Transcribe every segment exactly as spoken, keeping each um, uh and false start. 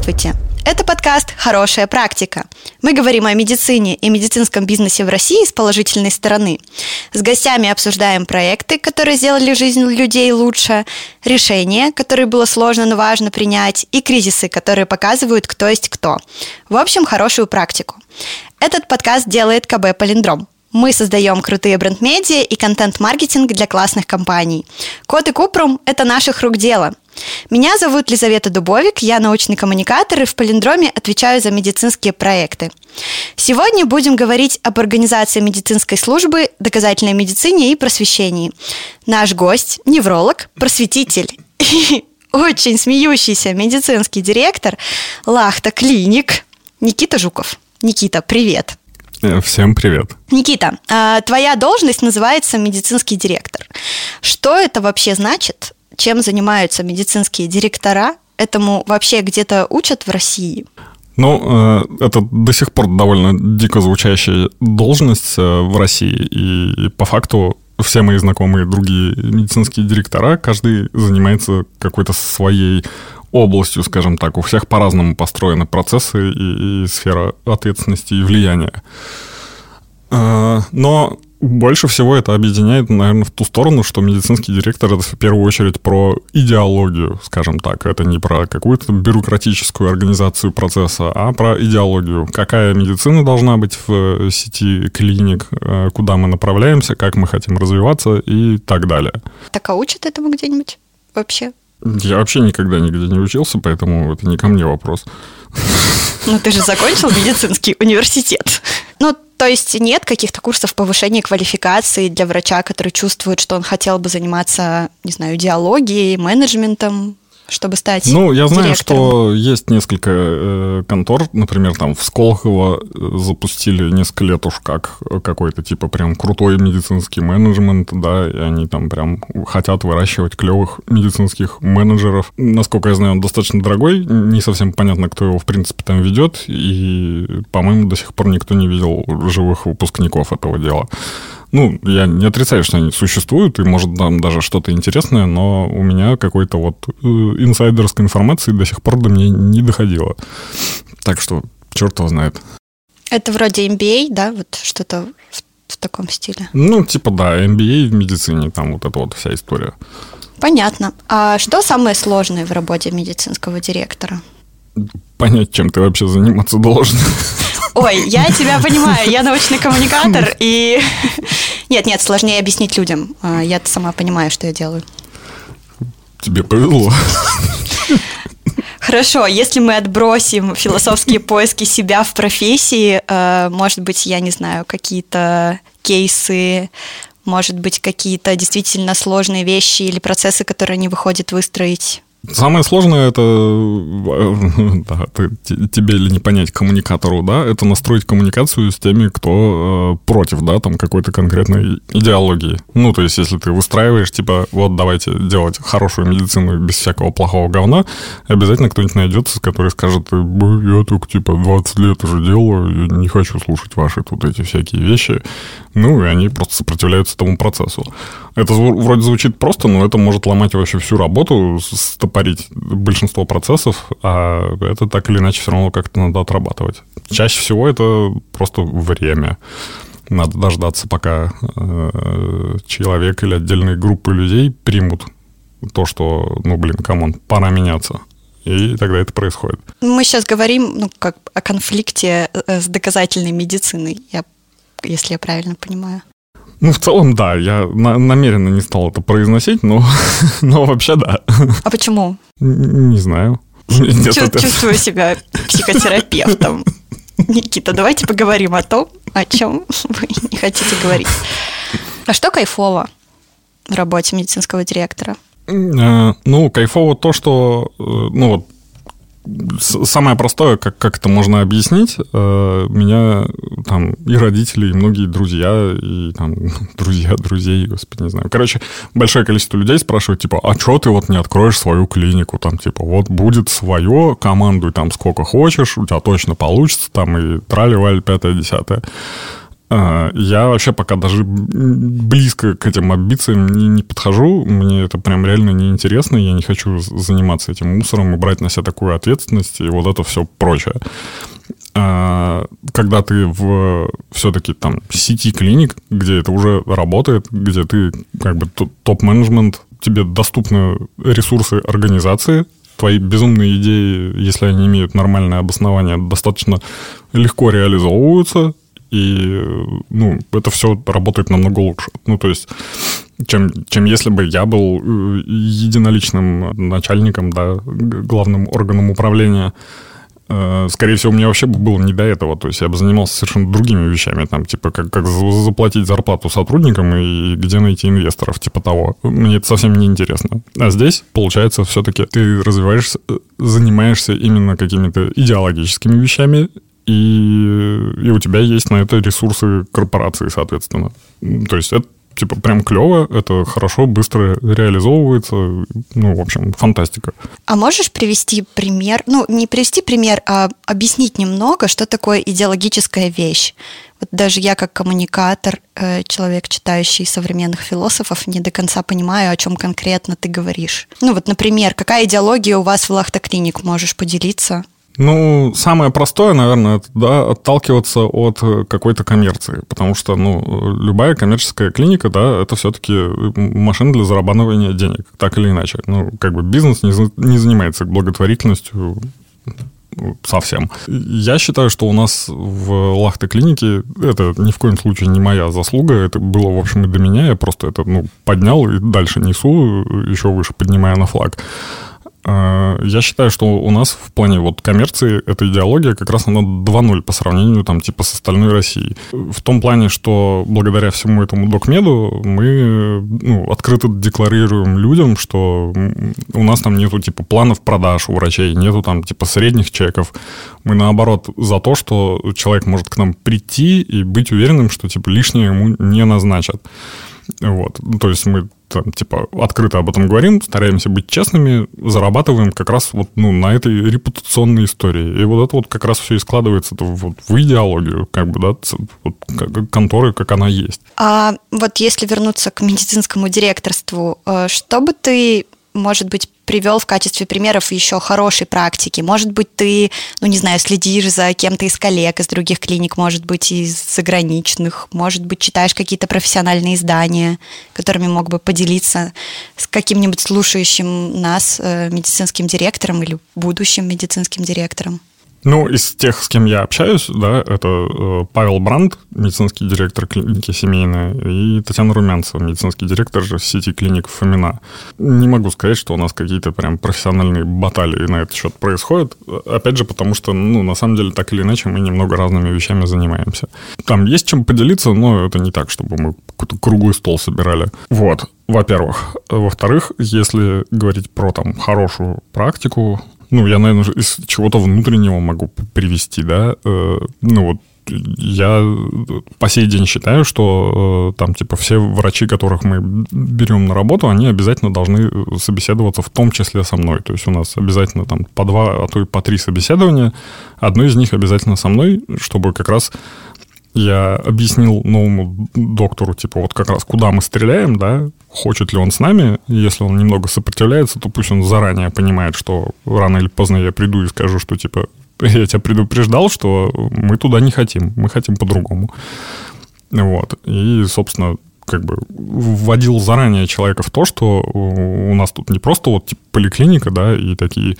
Здравствуйте! Это подкаст «Хорошая практика». Мы говорим о медицине и медицинском бизнесе в России с положительной стороны. С гостями обсуждаем проекты, которые сделали жизнь людей лучше, решения, которые было сложно, но важно принять, и кризисы, которые показывают, кто есть кто. В общем, хорошую практику. Этот подкаст делает ка бэ «Полиндром». Мы создаем крутые бренд-медиа и контент-маркетинг для классных компаний. Код и Купрум – это наших рук дело. Меня зовут Лизавета Дубовик, я научный коммуникатор и в Полиндроме отвечаю за медицинские проекты. Сегодня будем говорить об организации медицинской службы, доказательной медицине и просвещении. Наш гость – невролог, просветитель и очень смеющийся медицинский директор Лахта Клиник Никита Жуков. Никита, привет! Всем привет. Никита, твоя должность называется медицинский директор. Что это вообще значит? Чем занимаются медицинские директора? Этому вообще где-то учат в России? Ну, это до сих пор довольно дико звучащая должность в России. И по факту все мои знакомые другие медицинские директора, каждый занимается какой-то своей областью, скажем так. У всех по-разному построены процессы и, и сфера ответственности и влияния. Но больше всего это объединяет, наверное, в ту сторону, что медицинский директор – это в первую очередь про идеологию, скажем так. Это не про какую-то бюрократическую организацию процесса, а про идеологию. Какая медицина должна быть в сети клиник, куда мы направляемся, как мы хотим развиваться и так далее. Так а учат этому где-нибудь вообще? Я вообще никогда нигде не учился, поэтому это не ко мне вопрос. Ну, ты же закончил медицинский университет. Ну, то есть нет каких-то курсов повышения квалификации для врача, который чувствует, что он хотел бы заниматься, не знаю, идеологией, менеджментом, чтобы стать Ну, я знаю, директором? Что есть несколько э, контор, например, там в Сколково запустили несколько лет уж как какой-то типа прям крутой медицинский менеджмент, да, и они там прям хотят выращивать клевых медицинских менеджеров. Насколько я знаю, он достаточно дорогой, не совсем понятно, кто его в принципе там ведет, и, по-моему, до сих пор никто не видел живых выпускников этого дела. Ну, я не отрицаю, что они существуют, и, может, там даже что-то интересное, но у меня какой-то вот э, инсайдерской информации до сих пор до меня не доходило. Так что, черт его знает. Это вроде эм би эй, да? Вот что-то в, в таком стиле. Ну, типа, да, эм би эй в медицине, там вот эта вот вся история. Понятно. А что самое сложное в работе медицинского директора? Понять, чем ты вообще заниматься должен. Ой, я тебя понимаю, я научный коммуникатор, и... Нет, нет, сложнее объяснить людям. Я-то сама понимаю, что я делаю. Тебе повезло. Хорошо, если мы отбросим философские поиски себя в профессии, может быть, я не знаю, какие-то кейсы, может быть, какие-то действительно сложные вещи или процессы, которые не выходит выстроить. Самое сложное это, да, ты, тебе или не понять коммуникатору, да, это настроить коммуникацию с теми, кто э, против, да, там какой-то конкретной идеологии. Ну, то есть, если ты выстраиваешь, типа, вот давайте делать хорошую медицину без всякого плохого говна, обязательно кто-нибудь найдется, который скажет, я только, типа, двадцать лет уже делаю, я не хочу слушать ваши тут эти всякие вещи. Ну, и они просто сопротивляются этому процессу. Это вроде звучит просто, но это может ломать вообще всю работу, стопорить большинство процессов, а это так или иначе все равно как-то надо отрабатывать. Чаще всего это просто время. Надо дождаться, пока э, человек или отдельные группы людей примут то, что, ну, блин, камон, пора меняться. И тогда это происходит. Мы сейчас говорим, ну, как о конфликте с доказательной медициной, я, если я правильно понимаю. Ну, в целом, да. Я на- намеренно не стал это произносить, но, но вообще да. А почему? Не знаю. Нет, Чу- это... Чувствую себя психотерапевтом. Никита, давайте поговорим о том, о чем вы не хотите говорить. А что кайфово в работе медицинского директора? Ну, кайфово то, что, ну, вот, самое простое, как, как это можно объяснить, э, меня там и родители, и многие друзья, и там друзья друзей, господи, не знаю. Короче, большое количество людей спрашивают, типа, а что ты вот не откроешь свою клинику? Там, типа, вот будет свое, командуй там сколько хочешь, у тебя точно получится, там, и трали-вали, пятое, десятое. Я вообще пока даже близко к этим амбициям не, не подхожу. Мне это прям реально неинтересно. Я не хочу заниматься этим мусором и брать на себя такую ответственность и вот это все прочее. Когда ты в все-таки там сети клиник, где это уже работает, где ты как бы топ-менеджмент, тебе доступны ресурсы организации, твои безумные идеи, если они имеют нормальное обоснование, достаточно легко реализовываются, и ну, это все работает намного лучше. Ну, то есть, чем, чем если бы я был единоличным начальником, да, главным органом управления. Скорее всего, мне вообще было не до этого. То есть я бы занимался совершенно другими вещами. Там, типа, как, как заплатить зарплату сотрудникам и где найти инвесторов, типа того. Мне это совсем не интересно. А здесь, получается, все-таки ты развиваешься, занимаешься именно какими-то идеологическими вещами, и, и у тебя есть на это ресурсы корпорации, соответственно. То есть это типа прям клево, это хорошо, быстро реализовывается. Ну, в общем, фантастика. А можешь привести пример? Ну, не привести пример, а объяснить немного, что такое идеологическая вещь. Вот даже я, как коммуникатор, человек, читающий современных философов, не до конца понимаю, о чем конкретно ты говоришь. Ну, вот, например, какая идеология у вас в Лахта Клиник? Можешь поделиться? Ну, самое простое, наверное, это да, отталкиваться от какой-то коммерции, потому что, ну, любая коммерческая клиника, да, это все-таки машина для зарабатывания денег, так или иначе. Ну, как бы бизнес не, не занимается благотворительностью совсем. Я считаю, что у нас в Лахта Клинике это ни в коем случае не моя заслуга, это было, в общем, и до меня, я просто это, ну, поднял и дальше несу, еще выше поднимая на флаг. Я считаю, что у нас в плане вот коммерции эта идеология как раз она два ноль по сравнению там типа с остальной Россией. В том плане, что благодаря всему этому докмеду мы ну, открыто декларируем людям, что у нас там нету типа планов продаж у врачей, нету там типа средних чеков. Мы наоборот за то, что человек может к нам прийти и быть уверенным, что типа лишнее ему не назначат. Вот. То есть мы там, типа, открыто об этом говорим, стараемся быть честными, зарабатываем как раз вот, ну, на этой репутационной истории. И вот это вот как раз все и складывается вот в идеологию, как бы, да, вот, конторы, как она есть. А вот если вернуться к медицинскому директорству, что бы ты, может быть, привел в качестве примеров еще хорошей практики? Может быть, ты, ну, не знаю, следишь за кем-то из коллег, из других клиник, может быть, из заграничных, может быть, читаешь какие-то профессиональные издания, которыми мог бы поделиться с каким-нибудь слушающим нас э, медицинским директором или будущим медицинским директором? Ну, из тех, с кем я общаюсь, да, это э, Павел Бранд, медицинский директор клиники «Семейная», и Татьяна Румянцева, медицинский директор же сети клиник «Фомина». Не могу сказать, что у нас какие-то прям профессиональные баталии на этот счет происходят. Опять же, потому что, ну, на самом деле, так или иначе, мы немного разными вещами занимаемся. Там есть чем поделиться, но это не так, чтобы мы какой-то круглый стол собирали. Вот, во-первых. Во-вторых, если говорить про там хорошую практику, ну, я, наверное, из чего-то внутреннего могу привести, да. Э, ну, вот я по сей день считаю, что э, там, типа, все врачи, которых мы берем на работу, они обязательно должны собеседоваться в том числе со мной. То есть у нас обязательно там по два, а то и по три собеседования. Одно из них обязательно со мной, чтобы как раз я объяснил новому доктору, типа, вот как раз куда мы стреляем, да, хочет ли он с нами. Если он немного сопротивляется, то пусть он заранее понимает, что рано или поздно я приду и скажу, что, типа, я тебя предупреждал, что мы туда не хотим, мы хотим по-другому. Вот. И, собственно, как бы вводил заранее человека в то, что у нас тут не просто вот типа поликлиника, да, и такие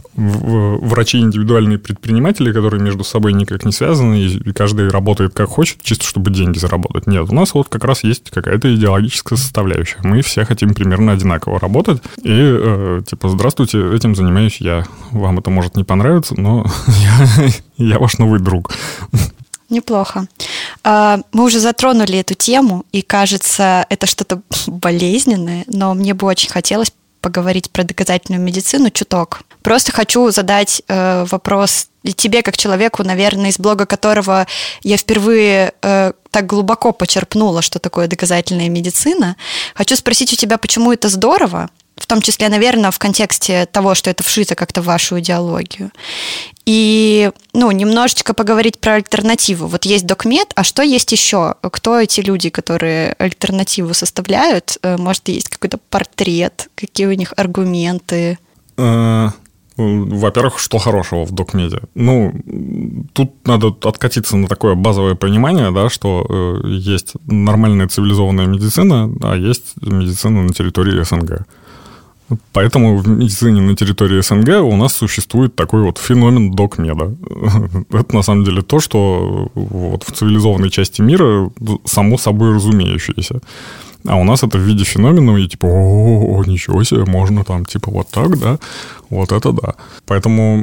врачи индивидуальные предприниматели, которые между собой никак не связаны, и каждый работает как хочет, чисто чтобы деньги заработать. Нет, у нас вот как раз есть какая-то идеологическая составляющая. Мы все хотим примерно одинаково работать. И, э, типа, здравствуйте, этим занимаюсь я. Вам это может не понравиться, но я, я ваш новый друг. Неплохо. Мы уже затронули эту тему, и, кажется, это что-то болезненное, но мне бы очень хотелось поговорить про доказательную медицину чуток. Просто хочу задать э, вопрос тебе, как человеку, наверное, из блога которого я впервые э, так глубоко почерпнула, что такое доказательная медицина. Хочу спросить у тебя, почему это здорово, в том числе, наверное, в контексте того, что это вшито как-то в вашу идеологию. И, ну, немножечко поговорить про альтернативу. Вот есть докмед, а что есть еще? Кто эти люди, которые альтернативу составляют? Может, есть какой-то портрет? Какие у них аргументы? Во-первых, что хорошего в докмеде? Ну, тут надо откатиться на такое базовое понимание, да, что есть нормальная цивилизованная медицина, а есть медицина на территории СНГ. Поэтому в медицине на территории СНГ у нас существует такой вот феномен докмеда. Это на самом деле то, что вот в цивилизованной части мира само собой разумеющееся. А у нас это в виде феномена, и типа, о, ничего себе, можно там, типа, вот так, да, вот это да. Поэтому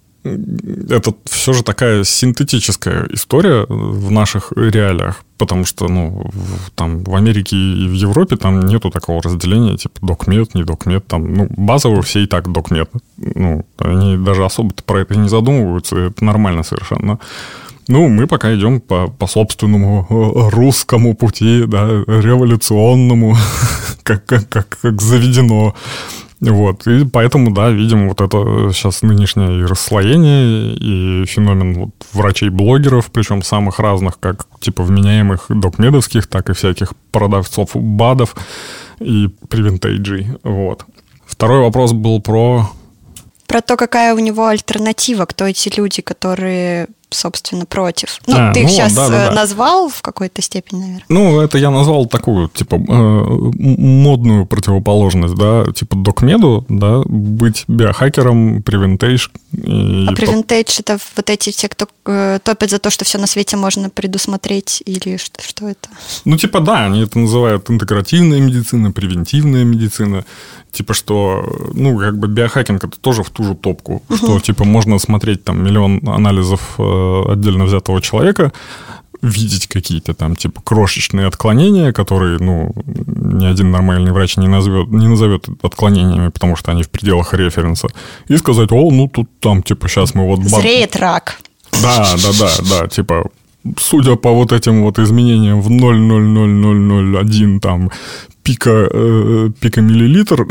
это все же такая синтетическая история в наших реалиях, потому что, ну, там в Америке и в Европе там нету такого разделения, типа, докмед, не докмед, там, ну, базово все и так докмед. Ну, они даже особо-то про это не задумываются, это нормально совершенно. Ну, мы пока идем по, по собственному русскому пути, да, революционному, как, как, как, как заведено. Вот. И поэтому, да, видим вот это сейчас нынешнее и расслоение, и феномен вот врачей-блогеров, причем самых разных, как типа вменяемых докмедовских, так и всяких продавцов БАДов и превентейджей. Вот. Второй вопрос был про... Про то, какая у него альтернатива, кто эти люди, которые... собственно, против. Ну, а, ты их ну, сейчас да, да, да. назвал в какой-то степени, наверное. Ну, это я назвал такую, типа, модную противоположность, да, типа докмеду, да, быть биохакером, превентейдж. И... А превентейдж — это вот эти все, кто топят за то, что все на свете можно предусмотреть, или что, что это? Ну, типа, да, они это называют интегративная медицина, превентивная медицина. Типа, что, ну, как бы биохакинг — это тоже в ту же топку, uh-huh. что, типа, можно смотреть там миллион анализов отдельно взятого человека, видеть какие-то там, типа, крошечные отклонения, которые, ну, ни один нормальный врач не назовет, не назовет отклонениями, потому что они в пределах референса, и сказать, о, ну, тут там, типа, сейчас мы вот... Зреет рак. Да, да, да, да, типа... Судя по вот этим вот изменениям в ноль целых ноль ноль ноль ноль один там пика, э, пика миллилитр,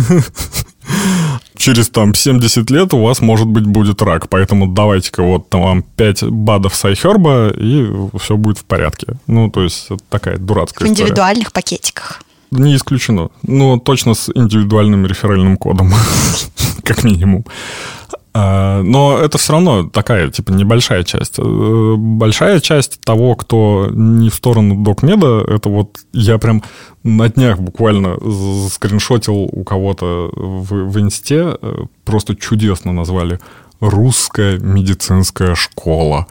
через там семьдесят лет у вас, может быть, будет рак. Поэтому давайте-ка вот там вам пять БАДов сайхерба, и все будет в порядке. Ну, то есть, это такая дурацкая история. В индивидуальных пакетиках. Не исключено. Ну, точно с индивидуальным реферальным кодом, как минимум. Но это все равно такая, типа, небольшая часть. Большая часть того, кто не в сторону докмеда, это вот я прям на днях буквально скриншотил у кого-то в, в инсте, просто чудесно назвали «Русская медицинская школа».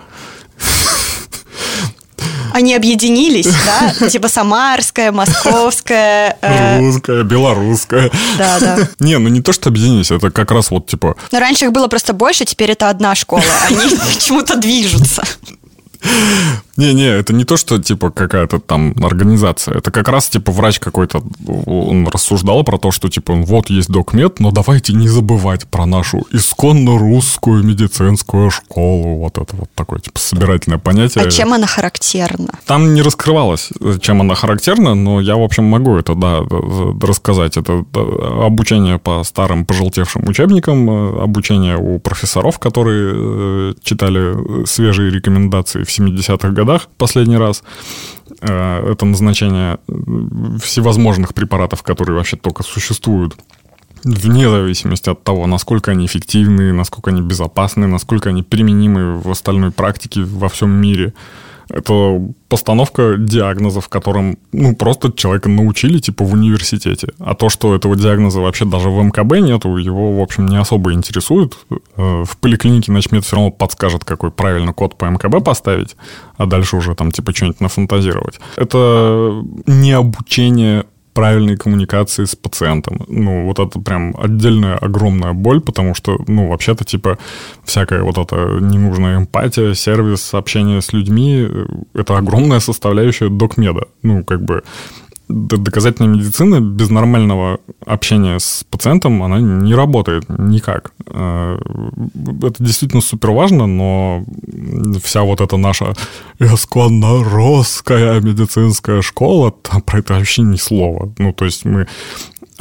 Они объединились, да? Типа самарская, московская... Э... Русская, белорусская. Да, да. Не, ну не то, что объединились, это как раз вот типа... Но раньше их было просто больше, теперь это одна школа. Они почему-то движутся. Не-не, это не то, что, типа, какая-то там организация. Это как раз, типа, врач какой-то, он рассуждал про то, что, типа, вот есть докмед, но давайте не забывать про нашу исконно русскую медицинскую школу. Вот это вот такое, типа, собирательное понятие. А чем она характерна? Там не раскрывалось, чем она характерна, но я, в общем, могу это, да, рассказать. Это обучение по старым пожелтевшим учебникам, обучение у профессоров, которые читали свежие рекомендации в семидесятых годах последний раз. Это назначение всевозможных препаратов, которые вообще только существуют, вне зависимости от того, насколько они эффективны, насколько они безопасны, насколько они применимы в остальной практике во всем мире. Это постановка диагноза, в котором, ну, просто человека научили, типа, в университете. А то, что этого диагноза вообще даже в эм ка бэ нету, его, в общем, не особо интересует. В поликлинике начмед все равно подскажет, какой правильно код по эм ка бэ поставить, а дальше уже там, типа, что-нибудь нафантазировать. Это не обучение правильной коммуникации с пациентом. Ну, вот это прям отдельная огромная боль, потому что, ну, вообще-то, типа, всякая вот эта ненужная эмпатия, сервис, общение с людьми — это огромная составляющая докмеда. Ну, как бы доказательная медицина без нормального общения с пациентом, она не работает никак. Это действительно супер важно, но вся вот эта наша исконно русская медицинская школа, там про это вообще ни слова. Ну, то есть мы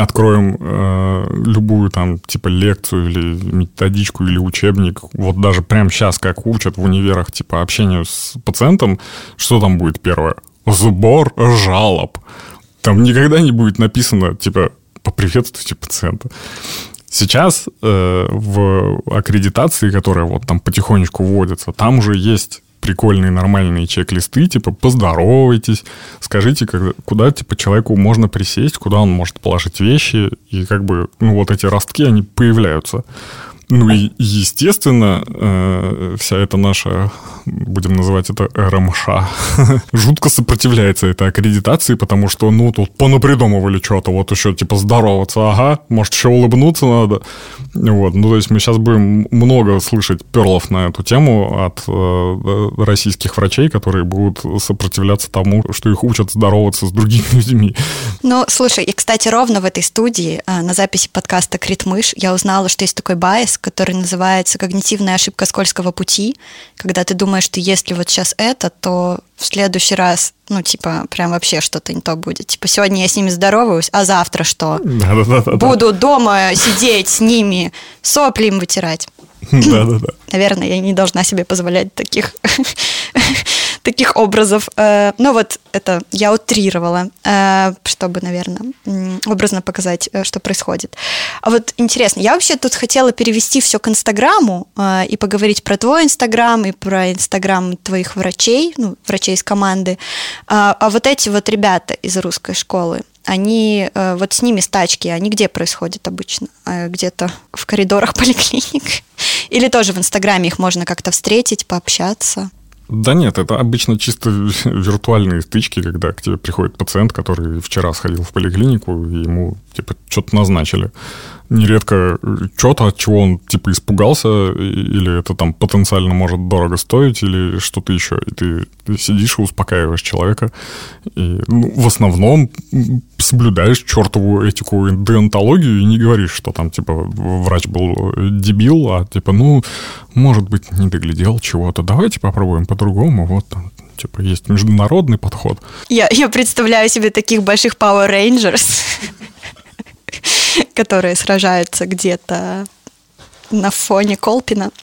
откроем э, любую там типа лекцию или методичку или учебник, вот даже прямо сейчас, как учат в универах, типа общению с пациентом, что там будет первое? Сбор жалоб. Там никогда не будет написано, типа, поприветствуйте пациента. Сейчас э, в аккредитации, которая вот там потихонечку вводится, там уже есть прикольные нормальные чек-листы, типа поздоровайтесь, скажите, когда, куда типа человеку можно присесть, куда он может положить вещи, и как бы, ну, вот эти ростки, они появляются. Ну и, естественно, э, вся эта наша, будем называть это эр эм ша, жутко сопротивляется этой аккредитации, потому что, ну, тут понапридумывали что-то, вот еще, типа, здороваться, ага, может, еще улыбнуться надо. Вот, ну, то есть мы сейчас будем много слышать перлов на эту тему от э, российских врачей, которые будут сопротивляться тому, что их учат здороваться с другими людьми. Ну, слушай, и, кстати, ровно в этой студии на записи подкаста «Крит-мышь» я узнала, что есть такой байс, который называется «Когнитивная ошибка скользкого пути», когда ты думаешь, что если вот сейчас это, то в следующий раз, ну, типа, прям вообще что-то не то будет. Типа, сегодня я с ними здороваюсь, а завтра что? Да-да-да. Буду дома сидеть с ними, сопли им вытирать. Да-да-да. Наверное, я не должна себе позволять таких... таких образов. Ну вот это я утрировала, чтобы, наверное, образно показать, что происходит. А вот интересно, я вообще тут хотела перевести все к Инстаграму и поговорить про твой Инстаграм и про Инстаграм твоих врачей, ну, врачей из команды. А вот эти вот ребята из русской школы, они, вот с ними стачки, они где происходят обычно? Где-то в коридорах поликлиник? Или тоже в Инстаграме их можно как-то встретить, пообщаться? Да нет, это обычно чисто виртуальные стычки, когда к тебе приходит пациент, который вчера сходил в поликлинику, и ему типа что-то назначили. Нередко что-то, от чего он типа испугался, или это там потенциально может дорого стоить, или что-то еще. И ты, ты сидишь и успокаиваешь человека. И ну, в основном соблюдаешь чертову этику и деонтологию и не говоришь, что там типа врач был дебил, а типа, ну, может быть, не доглядел чего-то. Давайте попробуем по-другому. Вот там, типа, есть международный подход. Я, я представляю себе таких больших Power Rangers, которые сражаются где-то на фоне Колпина.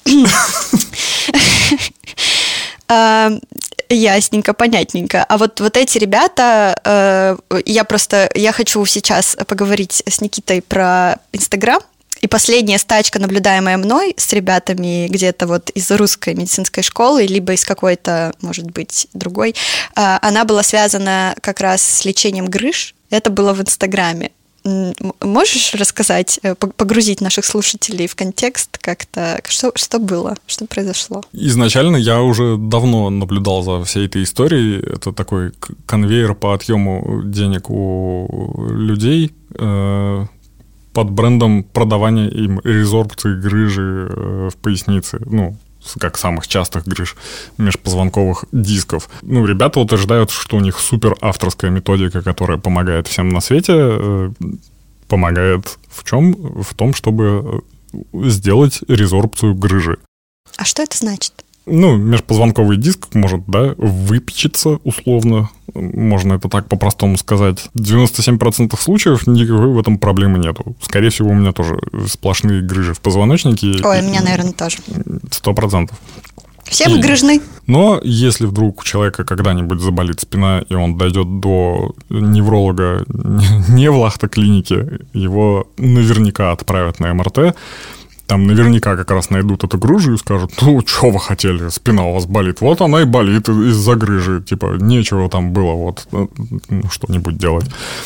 Ясненько, понятненько. А вот, вот эти ребята, я просто, я хочу сейчас поговорить с Никитой про Инстаграм. И последняя стачка, наблюдаемая мной с ребятами где-то вот из русской медицинской школы, либо из какой-то, может быть, другой, она была связана как раз с лечением грыж. Это было в Инстаграме. Можешь рассказать, погрузить наших слушателей в контекст как-то, что, что было, что произошло? Изначально я уже давно наблюдал за всей этой историей. Это такой конвейер по отъему денег у людей э, под брендом продавания им резорбции грыжи э, в пояснице, ну, как самых частых грыж межпозвонковых дисков. Ну, ребята утверждают, что у них супер авторская методика, которая помогает всем на свете. Э, помогает в чем? В том, чтобы сделать резорбцию грыжи. А что это значит? Ну, межпозвонковый диск может, да, выпечиться условно. Можно это так по-простому сказать. В девяносто семь процентов случаев никакой в этом проблемы нету. Скорее всего, у меня тоже сплошные грыжи в позвоночнике. Ой, у меня, наверное, тоже. Сто процентов. Все мы грыжны. Но если вдруг у человека когда-нибудь заболит спина, и он дойдет до невролога не в лахта-клинике, его наверняка отправят на эм эр тэ. Там наверняка как раз найдут эту грыжу и скажут, ну, что вы хотели, спина у вас болит. Вот она и болит из-за грыжи. Типа, нечего там было вот ну, что-нибудь делать.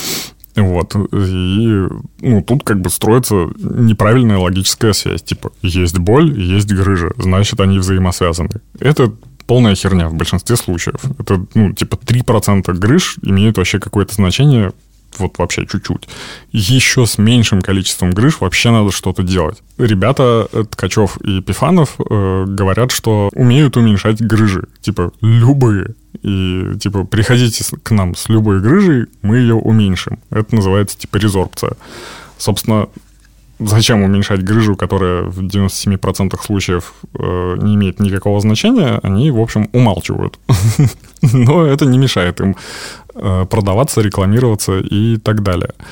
Вот. И ну, тут как бы строится неправильная логическая связь. Типа, есть боль, есть грыжа. Значит, они взаимосвязаны. Это полная херня в большинстве случаев. Это, ну, типа, три процента грыж имеют вообще какое-то значение, вот вообще чуть-чуть. Еще с меньшим количеством грыж вообще надо что-то делать. Ребята Ткачев и Епифанов э, говорят, что умеют уменьшать грыжи. Типа, любые. И, типа, приходите к нам с любой грыжей, мы ее уменьшим. Это называется, типа, резорбция. Собственно, зачем уменьшать грыжу, которая в девяноста семи процентах случаев э, не имеет никакого значения, они, в общем, умалчивают. Но это не мешает им э, продаваться, рекламироваться и так далее.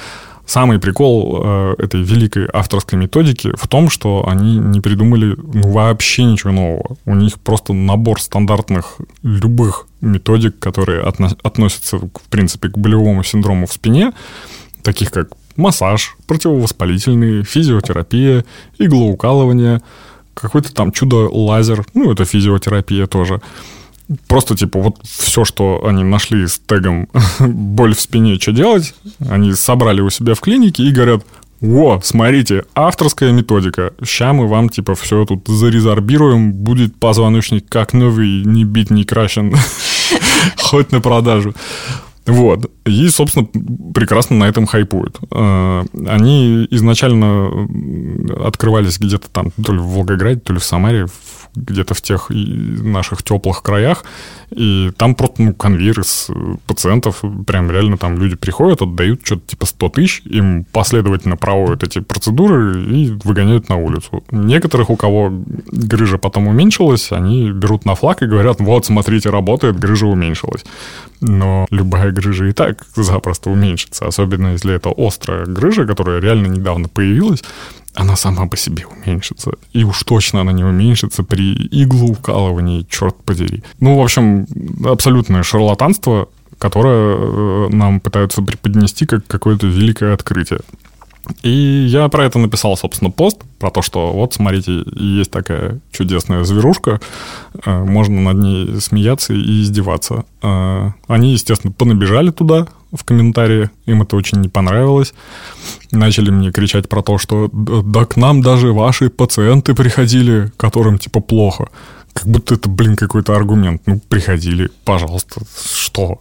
Самый прикол э, этой великой авторской методики в том, что они не придумали ну, вообще ничего нового. У них просто набор стандартных любых методик, которые отно- относятся, в принципе, к болевому синдрому в спине, таких как массаж, противовоспалительный, физиотерапия, иглоукалывание, какой-то там чудо-лазер, ну, это физиотерапия тоже. Просто, типа, вот все, что они нашли с тегом «боль в спине, что делать?», они собрали у себя в клинике и говорят: «Во, смотрите, авторская методика. Ща мы вам, типа, все тут зарезорбируем, будет позвоночник как новый, не бит, не крашен, хоть на продажу». Вот. И, собственно, прекрасно на этом хайпуют. Они изначально открывались где-то там, то ли в Волгограде, то ли в Самаре, где-то в тех наших теплых краях. И там просто ну, конвейер из пациентов. Прям реально там люди приходят, отдают что-то типа сто тысяч, им последовательно проводят эти процедуры и выгоняют на улицу. Некоторых, у кого грыжа потом уменьшилась, они берут на флаг и говорят: вот, смотрите, работает, грыжа уменьшилась. Но любая грыжа и так запросто уменьшится. Особенно если это острая грыжа, которая реально недавно появилась, она сама по себе уменьшится. И уж точно она не уменьшится при иглоукалывании, черт подери. Ну, в общем, абсолютное шарлатанство, которое нам пытаются преподнести как какое-то великое открытие. И я про это написал, собственно, пост, про то, что вот, смотрите, есть такая чудесная зверушка, можно над ней смеяться и издеваться. Они, естественно, понабежали туда в комментарии, им это очень не понравилось. Начали мне кричать про то, что да к нам даже ваши пациенты приходили, которым типа плохо. Как будто это, блин, какой-то аргумент. Ну, приходили, пожалуйста, что?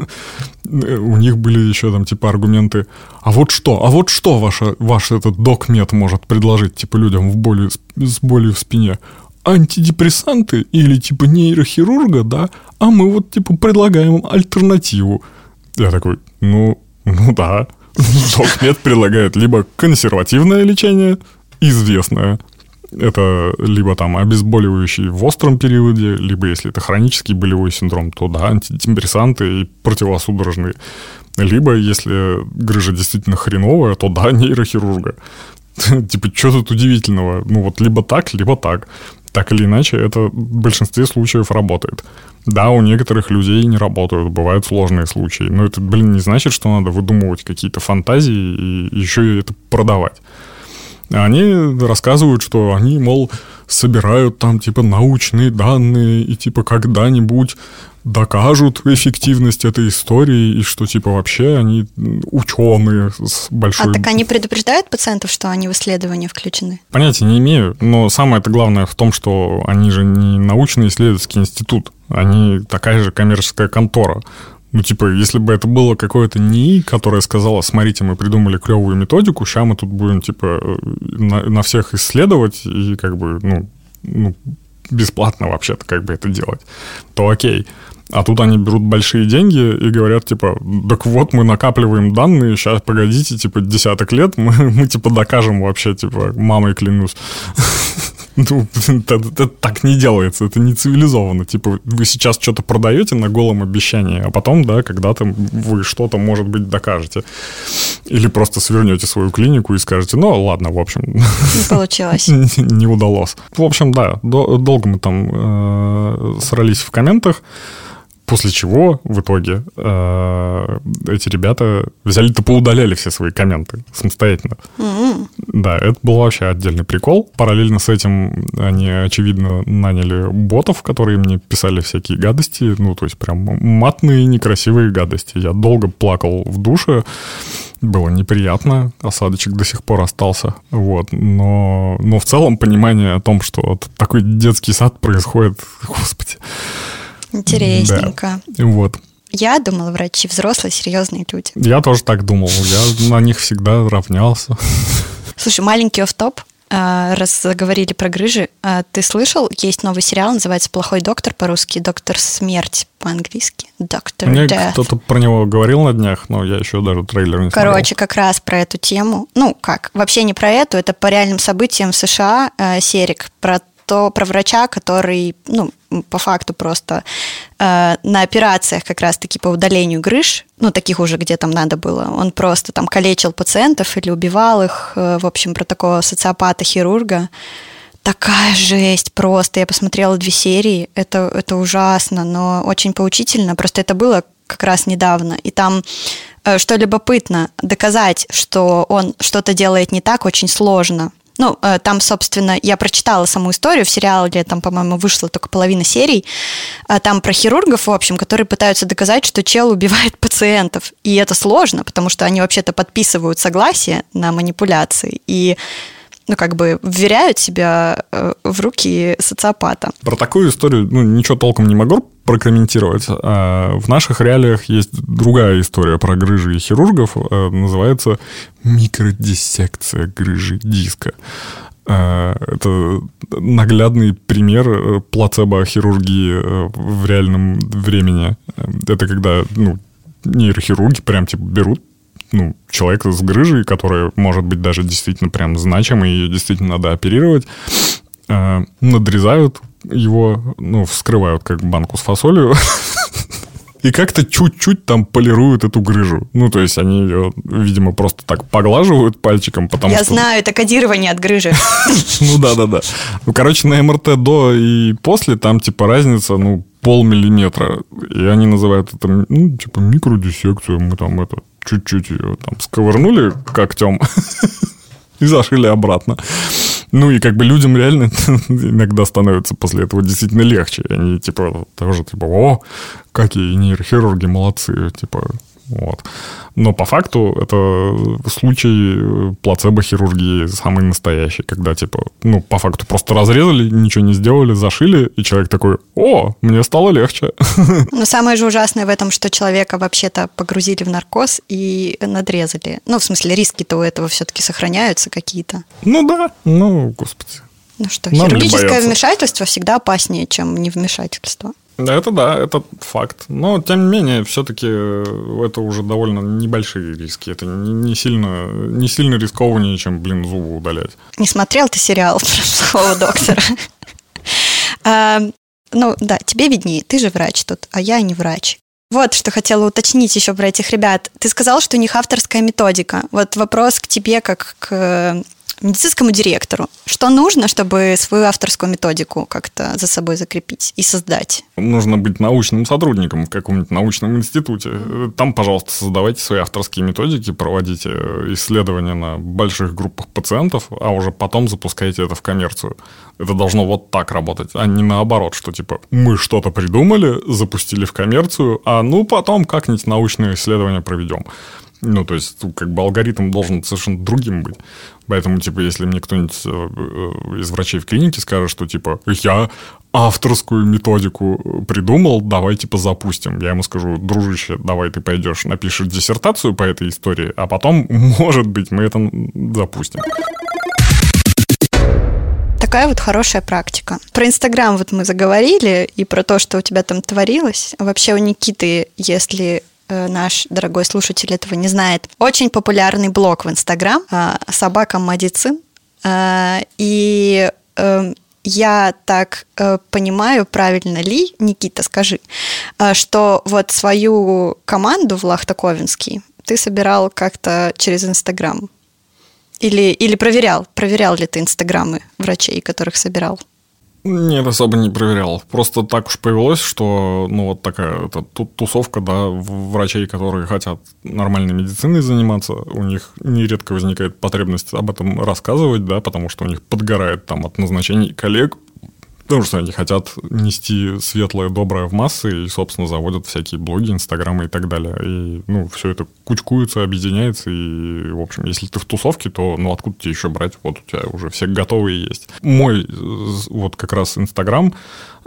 У них были еще там, типа, аргументы. А вот что? А вот что ваша, ваш этот докмед может предложить, типа, людям в боли, с болью в спине? Антидепрессанты или, типа, нейрохирурга, да? А мы вот, типа, предлагаем им альтернативу. Я такой, ну, ну да. Докмед предлагает либо консервативное лечение, известное. Это либо там обезболивающий в остром периоде, либо если это хронический болевой синдром, то да, антидепрессанты и противосудорожные. Либо если грыжа действительно хреновая, то да, нейрохирурга. Типа, что тут удивительного? Ну вот либо так, либо так. Так или иначе, это в большинстве случаев работает. Да, у некоторых людей не работают, бывают сложные случаи. Но это, блин, не значит, что надо выдумывать какие-то фантазии и еще и это продавать. Они рассказывают, что они, мол, собирают там, типа, научные данные и, типа, когда-нибудь докажут эффективность этой истории и что, типа, вообще они ученые с большой... А так они предупреждают пациентов, что они в исследования включены? Понятия не имею, но самое-то главное в том, что они же не научный исследовательский институт, они такая же коммерческая контора. Ну, типа, если бы это было какое-то НИИ, которое сказало: смотрите, мы придумали клевую методику, сейчас мы тут будем, типа, на, на всех исследовать и, как бы, ну, ну, бесплатно вообще-то как бы это делать, то окей. А тут они берут большие деньги и говорят, типа, так вот, мы накапливаем данные, сейчас, погодите, типа, десяток лет, мы, мы типа, докажем вообще, типа, мамой клянусь. Ну, это, это так не делается, это не цивилизованно. Типа, вы сейчас что-то продаете на голом обещании, а потом, да, когда-то вы что-то, может быть, докажете. Или просто свернете свою клинику и скажете: ну, ладно, в общем... Не получилось. Не удалось. В общем, да, долго мы там срались в комментах. После чего в итоге э, эти ребята взяли-то поудаляли все свои комменты самостоятельно. Mm-hmm. Да, это был вообще отдельный прикол. Параллельно с этим они, очевидно, наняли ботов, которые мне писали всякие гадости. Ну, то есть прям матные, некрасивые гадости. Я долго плакал в душе. Было неприятно. Осадочек до сих пор остался. Вот. Но, но в целом понимание о том, что вот такой детский сад происходит... Господи... Интересненько. Да. Вот. Я думала, врачи взрослые, серьезные люди. Я тоже так думал. Я на них всегда равнялся. Слушай, маленький офф-топ. Раз заговорили про грыжи, ты слышал, есть новый сериал, называется «Плохой доктор» по-русски, «Доктор смерть» по-английски. Доктор Мне Death. Кто-то про него говорил на днях, но я еще даже трейлер не смотрел. Короче, как раз про эту тему. Ну, как, вообще не про эту, это по реальным событиям в США. Серик про то про врача, который, ну, по факту просто э, на операциях как раз-таки по удалению грыж, ну, таких уже, где там надо было, он просто там калечил пациентов или убивал их, э, в общем, про такого социопата-хирурга. Такая жесть просто. Я посмотрела две серии, это, это ужасно, но очень поучительно. Просто это было как раз недавно. И там, что любопытно, доказать, что он что-то делает не так, очень сложно. Ну, там, собственно, я прочитала саму историю в сериале, там, по-моему, вышла только половина серий. Там про хирургов, в общем, которые пытаются доказать, что чел убивает пациентов. И это сложно, потому что они вообще-то подписывают согласие на манипуляции. И ну, как бы вверяют себя в руки социопата. Про такую историю, ну, ничего толком не могу прокомментировать. А в наших реалиях есть другая история про грыжи и хирургов. Называется микродиссекция грыжи диска. Это наглядный пример плацебо-хирургии в реальном времени. Это когда, ну, нейрохирурги прям типа берут, ну, человека с грыжей, которая может быть даже действительно прям значимой, ее действительно надо оперировать, э, надрезают его, ну, вскрывают как банку с фасолью и как-то чуть-чуть там полируют эту грыжу. Ну, то есть они ее, видимо, просто так поглаживают пальчиком, потому Я что... Я знаю, это кодирование от грыжи. Ну, да-да-да. Ну, короче, на эм эр тэ до и после там, типа, разница, ну, полмиллиметра. И они называют это, ну, типа, микродиссекцию. Мы там это... чуть-чуть ее там сковырнули когтем и зашили обратно. Ну, и как бы людям реально иногда становится после этого действительно легче. Они, типа, тоже, типа, о, какие нейрохирурги молодцы, типа, вот. Но по факту это случай плацебо-хирургии самый настоящий, когда, типа, ну, по факту просто разрезали, ничего не сделали, зашили, и человек такой, о, мне стало легче. Но самое же ужасное в этом, что человека вообще-то погрузили в наркоз и надрезали. Ну, в смысле, риски-то у этого все-таки сохраняются какие-то. Ну да, ну, господи. Ну что, Нам хирургическое вмешательство всегда опаснее, чем невмешательство. Это да, это факт. Но, тем не менее, все-таки это уже довольно небольшие риски. Это не, не, сильно, не сильно рискованнее, чем, блин, зубы удалять. Не смотрел ты сериал про плохого доктора? Ну, да, тебе виднее. Ты же врач тут, а я не врач. Вот, что хотела уточнить еще про этих ребят. Ты сказал, что у них авторская методика. Вот вопрос к тебе, как к медицинскому директору. Что нужно, чтобы свою авторскую методику как-то за собой закрепить и создать? Нужно быть научным сотрудником в каком-нибудь научном институте. Там, пожалуйста, создавайте свои авторские методики, проводите исследования на больших группах пациентов, а уже потом запускайте это в коммерцию. Это должно вот так работать, а не наоборот, что типа мы что-то придумали, запустили в коммерцию, а ну потом как-нибудь научное исследование проведем. Ну, то есть, как бы алгоритм должен совершенно другим быть. Поэтому, типа, если мне кто-нибудь из врачей в клинике скажет, что, типа, я авторскую методику придумал, давай, типа, запустим. Я ему скажу, дружище, давай ты пойдешь, напишешь диссертацию по этой истории, а потом, может быть, мы это запустим. Такая вот хорошая практика. Про Инстаграм вот мы заговорили, и про то, что у тебя там творилось. Вообще у Никиты, если... наш дорогой слушатель этого не знает, очень популярный блог в Инстаграм «Собака Медицин». И я так понимаю, правильно ли, Никита, скажи, что вот свою команду в Лахтаковинский ты собирал как-то через Инстаграм? Или, или проверял? Проверял ли ты Инстаграмы врачей, которых собирал? Нет, особо не проверял. Просто так уж повелось, что, ну, вот такая это, тусовка, да, врачей, которые хотят нормальной медициной заниматься, у них нередко возникает потребность об этом рассказывать, да, потому что у них подгорает там от назначений коллег, потому что они хотят нести светлое, доброе в массы и, собственно, заводят всякие блоги, инстаграмы и так далее. И, ну, все это кучкуется, объединяется. И, в общем, если ты в тусовке, то, ну, откуда тебе еще брать? Вот у тебя уже все готовые есть. Мой, вот как раз инстаграм,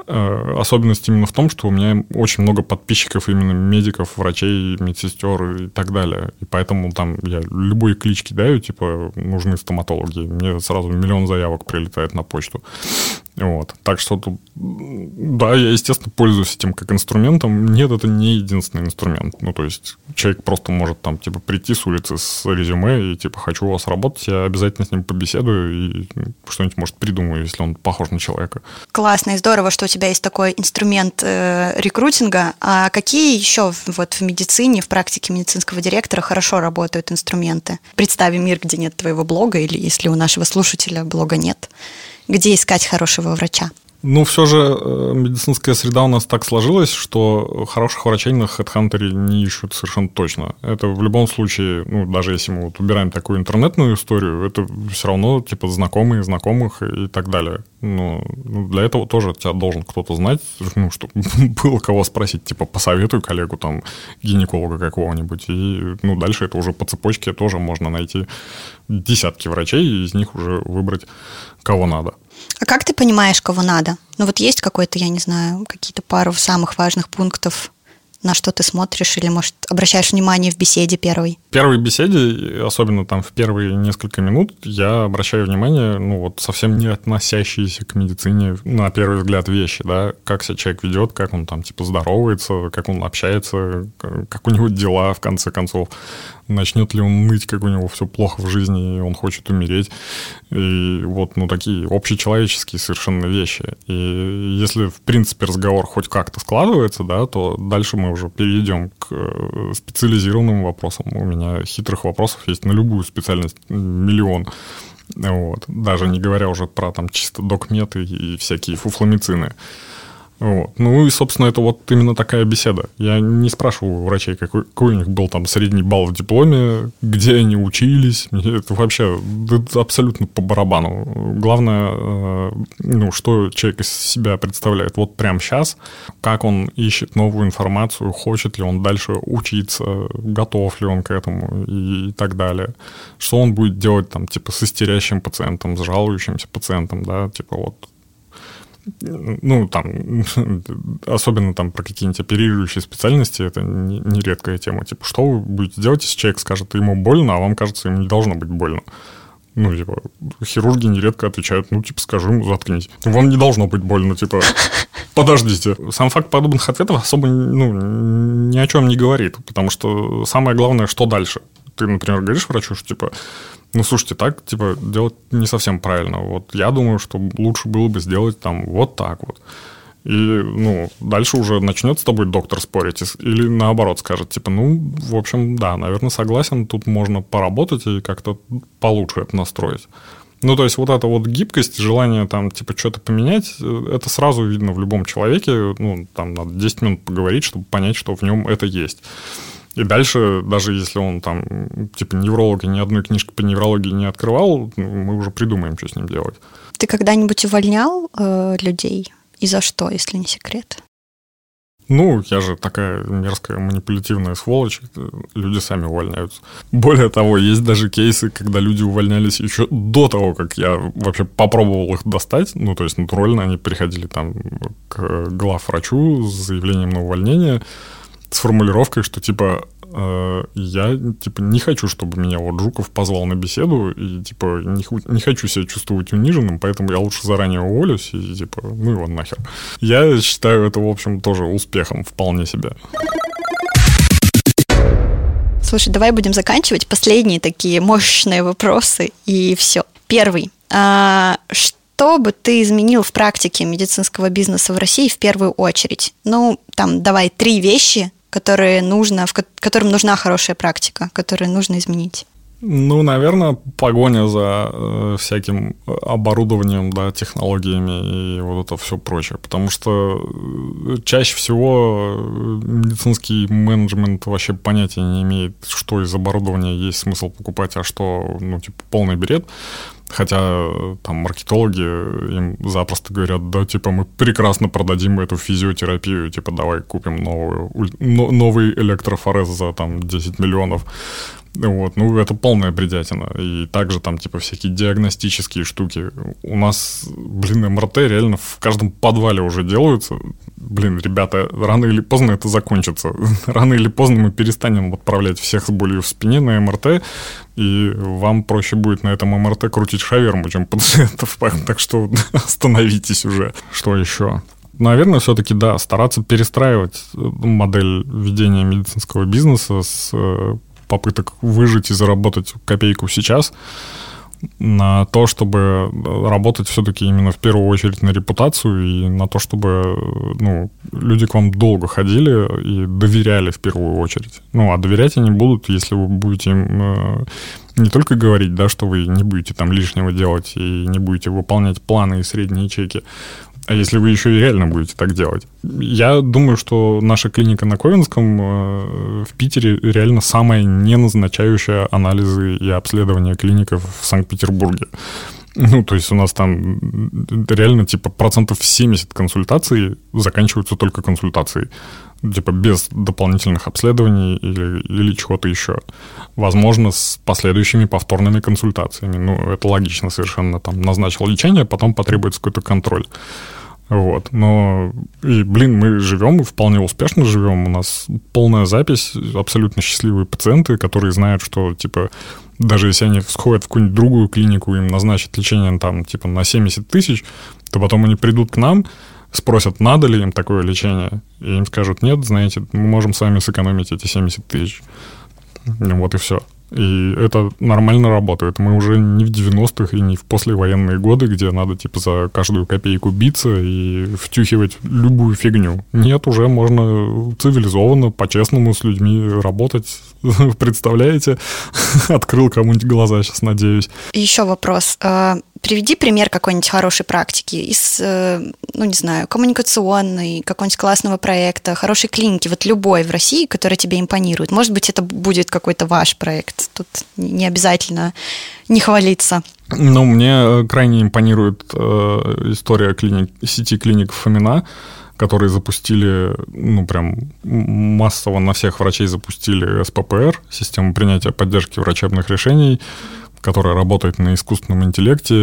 Особенность именно в том, что у меня очень много подписчиков именно медиков, врачей, медсестер и так далее. И поэтому там я любой клички даю, типа, нужны стоматологи. Мне сразу миллион заявок прилетает на почту. Вот. Так что тут, да, я, естественно, пользуюсь этим как инструментом. Нет, это не единственный инструмент. Ну, то есть человек просто может там, типа, прийти с улицы с резюме и, типа, хочу у вас работать, я обязательно с ним побеседую и что-нибудь, может, придумаю, если он похож на человека. Классно и здорово, что у тебя есть такой инструмент э, рекрутинга. А какие еще вот в медицине, в практике медицинского директора хорошо работают инструменты? Представим мир, где нет твоего блога, или если у нашего слушателя блога нет. Где искать хорошего врача? Ну, все же э, медицинская среда у нас так сложилась, что хороших врачей на HeadHunter не ищут совершенно точно. Это в любом случае, ну, даже если мы вот убираем такую интернетную историю, это все равно, типа, знакомые знакомых и так далее. Но ну, для этого тоже тебя должен кто-то знать, ну, чтобы было кого спросить, типа, посоветуй коллегу, там, гинеколога какого-нибудь. И, ну, дальше это уже по цепочке тоже можно найти десятки врачей, и из них уже выбрать, кого надо. А как ты понимаешь, кого надо? Ну вот есть какой-то, я не знаю, какие-то пару самых важных пунктов, на что ты смотришь, или, может, обращаешь внимание в беседе первой? В первой беседе, особенно там в первые несколько минут, я обращаю внимание, ну вот совсем не относящиеся к медицине, на первый взгляд, вещи, да, как себя человек ведет, как он там типа здоровается, как он общается, как у него дела, в конце концов. Начнет ли он ныть, как у него все плохо в жизни, и он хочет умереть. И вот, ну, такие общечеловеческие совершенно вещи. И если, в принципе, разговор хоть как-то складывается, да, то дальше мы уже перейдем к специализированным вопросам. У меня хитрых вопросов есть на любую специальность миллион. Вот. Даже не говоря уже про там чисто докметы и всякие фуфломицины. Вот. Ну и, собственно, это вот именно такая беседа. Я не спрашиваю у врачей, какой, какой у них был там средний балл в дипломе, где они учились. Это вообще это абсолютно по барабану. Главное, ну, что человек из себя представляет вот прямо сейчас, как он ищет новую информацию, хочет ли он дальше учиться, готов ли он к этому и, и так далее. Что он будет делать там, типа, с истерящим пациентом, с жалующимся пациентом, да, типа вот. Ну, там, особенно там про какие-нибудь оперирующие специальности, это нередкая тема. Типа, что вы будете делать, если человек скажет, ему больно, а вам кажется, ему не должно быть больно? Ну, типа, хирурги нередко отвечают, ну, типа, скажи ему, заткнись. Вам не должно быть больно, типа, подождите. Сам факт подобных ответов особо, ну, ни о чем не говорит, потому что самое главное, что дальше. Ты, например, говоришь врачу, что, типа, ну, слушайте, так, типа, делать не совсем правильно. Вот я думаю, что лучше было бы сделать там вот так вот. И, ну, дальше уже начнет с тобой доктор спорить или наоборот скажет, типа, ну, в общем, да, наверное, согласен, тут можно поработать и как-то получше это настроить. Ну, то есть вот эта вот гибкость, желание там, типа, что-то поменять, это сразу видно в любом человеке. Ну, там надо десять минут поговорить, чтобы понять, что в нем это есть. И дальше, даже если он там, типа, невролог и ни одной книжки по неврологии не открывал, мы уже придумаем, что с ним делать. Ты когда-нибудь увольнял э, людей? И за что, если не секрет? Ну, я же такая мерзкая манипулятивная сволочь, люди сами увольняются. Более того, есть даже кейсы, когда люди увольнялись еще до того, как я вообще попробовал их достать. Ну, то есть, натурально они приходили там к главврачу с заявлением на увольнение, с формулировкой, что, типа, э, я, типа, не хочу, чтобы меня вот Жуков позвал на беседу, и, типа, не, не хочу себя чувствовать униженным, поэтому я лучше заранее уволюсь, и, типа, ну его нахер. Я считаю это, в общем, тоже успехом вполне себе. Слушай, давай будем заканчивать. Последние такие мощные вопросы, и все. Первый. А, что бы ты изменил в практике медицинского бизнеса в России в первую очередь? Ну, там, давай три вещи, которые нужно, в которым нужна хорошая практика, которые нужно изменить. Ну, наверное, погоня за э, всяким оборудованием, да, технологиями и вот это все прочее. Потому что чаще всего медицинский менеджмент вообще понятия не имеет, что из оборудования есть смысл покупать, а что, ну, типа, полный бред. Хотя там маркетологи им запросто говорят, да, типа, мы прекрасно продадим эту физиотерапию, типа, давай купим новую, новый электрофорез за там десять миллионов. Вот, ну, это полная бредятина. И также там, типа, всякие диагностические штуки. У нас, блин, эм эр тэ реально в каждом подвале уже делаются. Блин, ребята, рано или поздно это закончится. Рано или поздно мы перестанем отправлять всех с болью в спине на эм эр тэ, и вам проще будет на этом эм эр тэ крутить шаверму, чем пациентов. Так что остановитесь уже. Что еще? Наверное, все-таки, да, стараться перестраивать модель ведения медицинского бизнеса с попыток выжить и заработать копейку сейчас на то, чтобы работать все-таки именно в первую очередь на репутацию и на то, чтобы, ну, люди к вам долго ходили и доверяли в первую очередь. Ну, а доверять они будут, если вы будете им э, не только говорить, да, что вы не будете там лишнего делать и не будете выполнять планы и средние чеки, а если вы еще и реально будете так делать. Я думаю, что наша клиника на Ковенском э, в Питере реально самая не назначающая анализы и обследования клиника в Санкт-Петербурге. Ну, то есть у нас там реально типа процентов семьдесят консультаций заканчиваются только консультацией. Типа без дополнительных обследований или, или чего-то еще. Возможно, с последующими повторными консультациями. Ну, это логично совершенно. Там назначил лечение, потом потребуется какой-то контроль. Вот. Но, и, блин, мы живем, и вполне успешно живем. У нас полная запись, абсолютно счастливые пациенты, которые знают, что, типа, даже если они сходят в какую-нибудь другую клинику, им назначат лечение там, типа, на семьдесят тысяч, то потом они придут к нам, спросят, надо ли им такое лечение, и им скажут, нет, знаете, мы можем с вами сэкономить эти семьдесят тысяч. Вот и все. И это нормально работает. Мы уже не в девяностых и не в послевоенные годы, где надо, типа, за каждую копейку биться и втюхивать любую фигню. Нет, уже можно цивилизованно, по-честному с людьми работать. Представляете? Открыл кому-нибудь глаза сейчас, надеюсь. Еще вопрос. Приведи пример какой-нибудь хорошей практики из, ну, не знаю, коммуникационной, какого-нибудь классного проекта, хорошей клиники, вот любой в России, которая тебе импонирует. Может быть, это будет какой-то ваш проект. Тут не обязательно не хвалиться. Ну, мне крайне импонирует э, история клиник, сети клиник Фомина, которые запустили, ну, прям массово на всех врачей запустили эс пэ пэ эр, систему принятия поддержки врачебных решений, которая работает на искусственном интеллекте,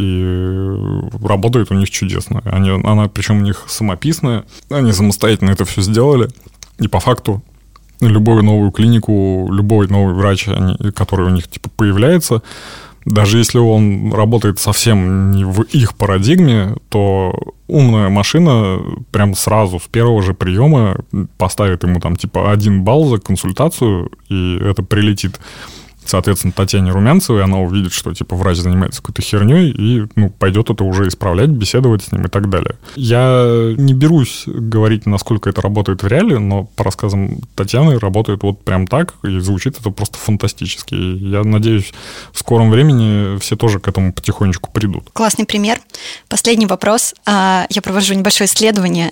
и работает у них чудесно. Они, она, причем у них самописная, они самостоятельно это все сделали, и по факту любую новую клинику, любой новый врач, они, который у них типа появляется, даже если он работает совсем не в их парадигме, то умная машина прям сразу с первого же приема поставит ему там типа один балл за консультацию, и это прилетит, соответственно, Татьяне Румянцевой, она увидит, что, типа, врач занимается какой-то херней, и, ну, пойдет это уже исправлять, беседовать с ним и так далее. Я не берусь говорить, насколько это работает в реале, но по рассказам Татьяны работает вот прям так, и звучит это просто фантастически. И я надеюсь, в скором времени все тоже к этому потихонечку придут. Классный пример. Последний вопрос. Я провожу небольшое исследование.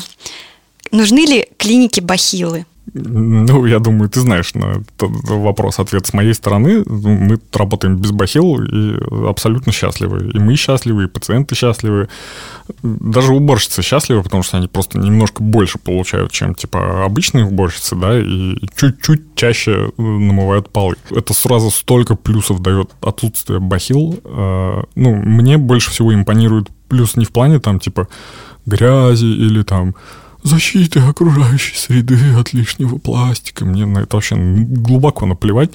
Нужны ли клиники бахилы? Ну, я думаю, ты знаешь на этот вопрос-ответ с моей стороны. Мы работаем без бахил и абсолютно счастливы. И мы счастливы, и пациенты счастливы. Даже уборщицы счастливы, потому что они просто немножко больше получают, чем, типа, обычные уборщицы, да, и чуть-чуть чаще намывают полы. Это сразу столько плюсов дает отсутствие бахил. Ну, мне больше всего импонирует плюс не в плане, там, типа, грязи или, там, защиты окружающей среды от лишнего пластика. Мне на это вообще глубоко наплевать.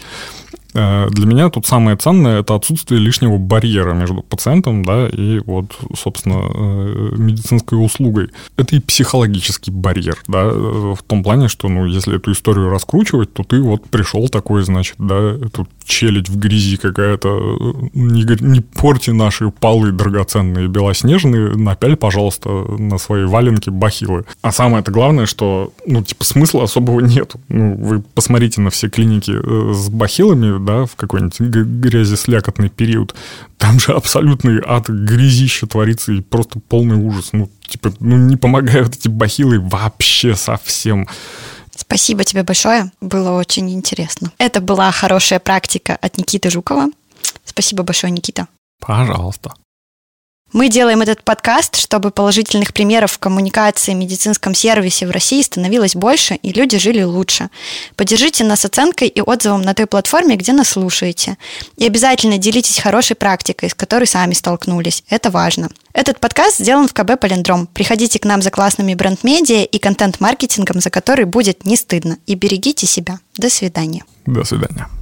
Для меня тут самое ценное – это отсутствие лишнего барьера между пациентом, да, и вот, собственно, медицинской услугой. Это и психологический барьер, да, в том плане, что, ну, если эту историю раскручивать, то ты вот пришел такой, значит, да, тут челядь в грязи какая-то, не, не порти наши полы драгоценные белоснежные, напяль, пожалуйста, на свои валенки бахилы. А самое-то главное, что, ну, типа, смысла особого нету. Ну, вы посмотрите на все клиники с бахилами, да, в какой-нибудь грязеслякотный период, там же абсолютный ад, грязище творится и просто полный ужас. Ну, типа, ну, не помогают эти бахилы вообще совсем. Спасибо тебе большое, было очень интересно. Это была хорошая практика от Никиты Жукова. Спасибо большое, Никита. Пожалуйста. Мы делаем этот подкаст, чтобы положительных примеров в коммуникации в медицинском сервисе в России становилось больше, и люди жили лучше. Поддержите нас оценкой и отзывом на той платформе, где нас слушаете. И обязательно делитесь хорошей практикой, с которой сами столкнулись. Это важно. Этот подкаст сделан в ка бэ «Полиндром». Приходите к нам за классными бренд-медиа и контент-маркетингом, за который будет не стыдно. И берегите себя. До свидания. До свидания.